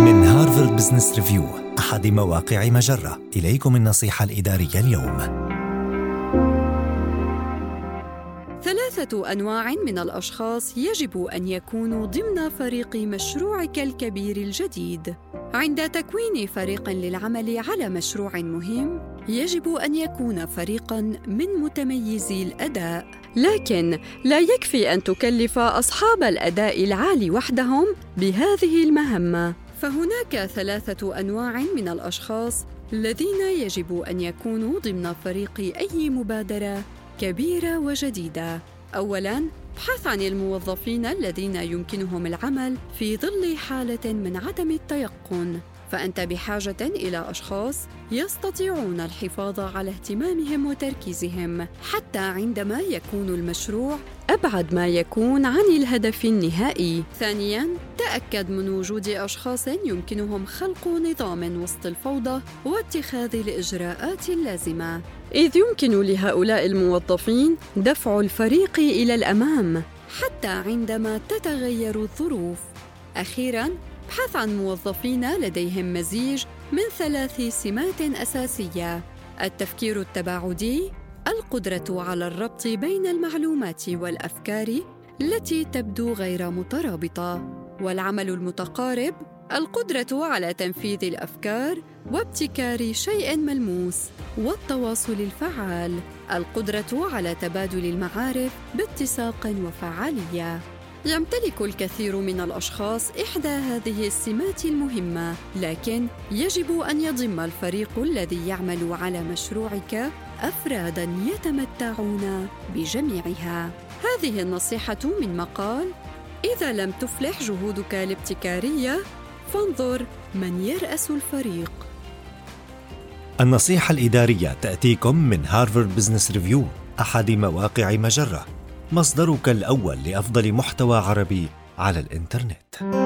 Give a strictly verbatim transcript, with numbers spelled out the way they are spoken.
من هارفارد بزنس ريفيو، أحد مواقع مجرة، إليكم النصيحة الإدارية اليوم. ثلاثة أنواع من الأشخاص يجب أن يكونوا ضمن فريق مشروعك الكبير الجديد. عند تكوين فريق للعمل على مشروع مهم، يجب أن يكون فريقاً من متميزي الأداء، لكن لا يكفي أن تكلف أصحاب الأداء العالي وحدهم بهذه المهمة. فهناك ثلاثة أنواع من الأشخاص الذين يجب أن يكونوا ضمن فريق أي مبادرة كبيرة وجديدة. أولاً، ابحث عن الموظفين الذين يمكنهم العمل في ظل حالة من عدم التيقن، فأنت بحاجة إلى أشخاص يستطيعون الحفاظ على اهتمامهم وتركيزهم حتى عندما يكون المشروع أبعد ما يكون عن الهدف النهائي. ثانياً، تأكد من وجود أشخاص يمكنهم خلق نظام وسط الفوضى واتخاذ الإجراءات اللازمة، إذ يمكن لهؤلاء الموظفين دفع الفريق إلى الأمام حتى عندما تتغير الظروف. أخيراً، ابحث عن موظفين لديهم مزيج من ثلاث سمات أساسية: التفكير التباعدي، القدرة على الربط بين المعلومات والأفكار التي تبدو غير مترابطة، والعمل المتقارب، القدرة على تنفيذ الأفكار وابتكار شيء ملموس، والتواصل الفعال، القدرة على تبادل المعارف باتساق وفعالية. يمتلك الكثير من الأشخاص إحدى هذه السمات المهمة، لكن يجب أن يضم الفريق الذي يعمل على مشروعك أفراداً يتمتعون بجميعها. هذه النصيحة من مقال: إذا لم تفلح جهودك الابتكارية، فانظر من يرأس الفريق. النصيحة الإدارية تأتيكم من هارفارد بزنس ريفيو، أحد مواقع مجرة، مصدرك الأول لأفضل محتوى عربي على الإنترنت.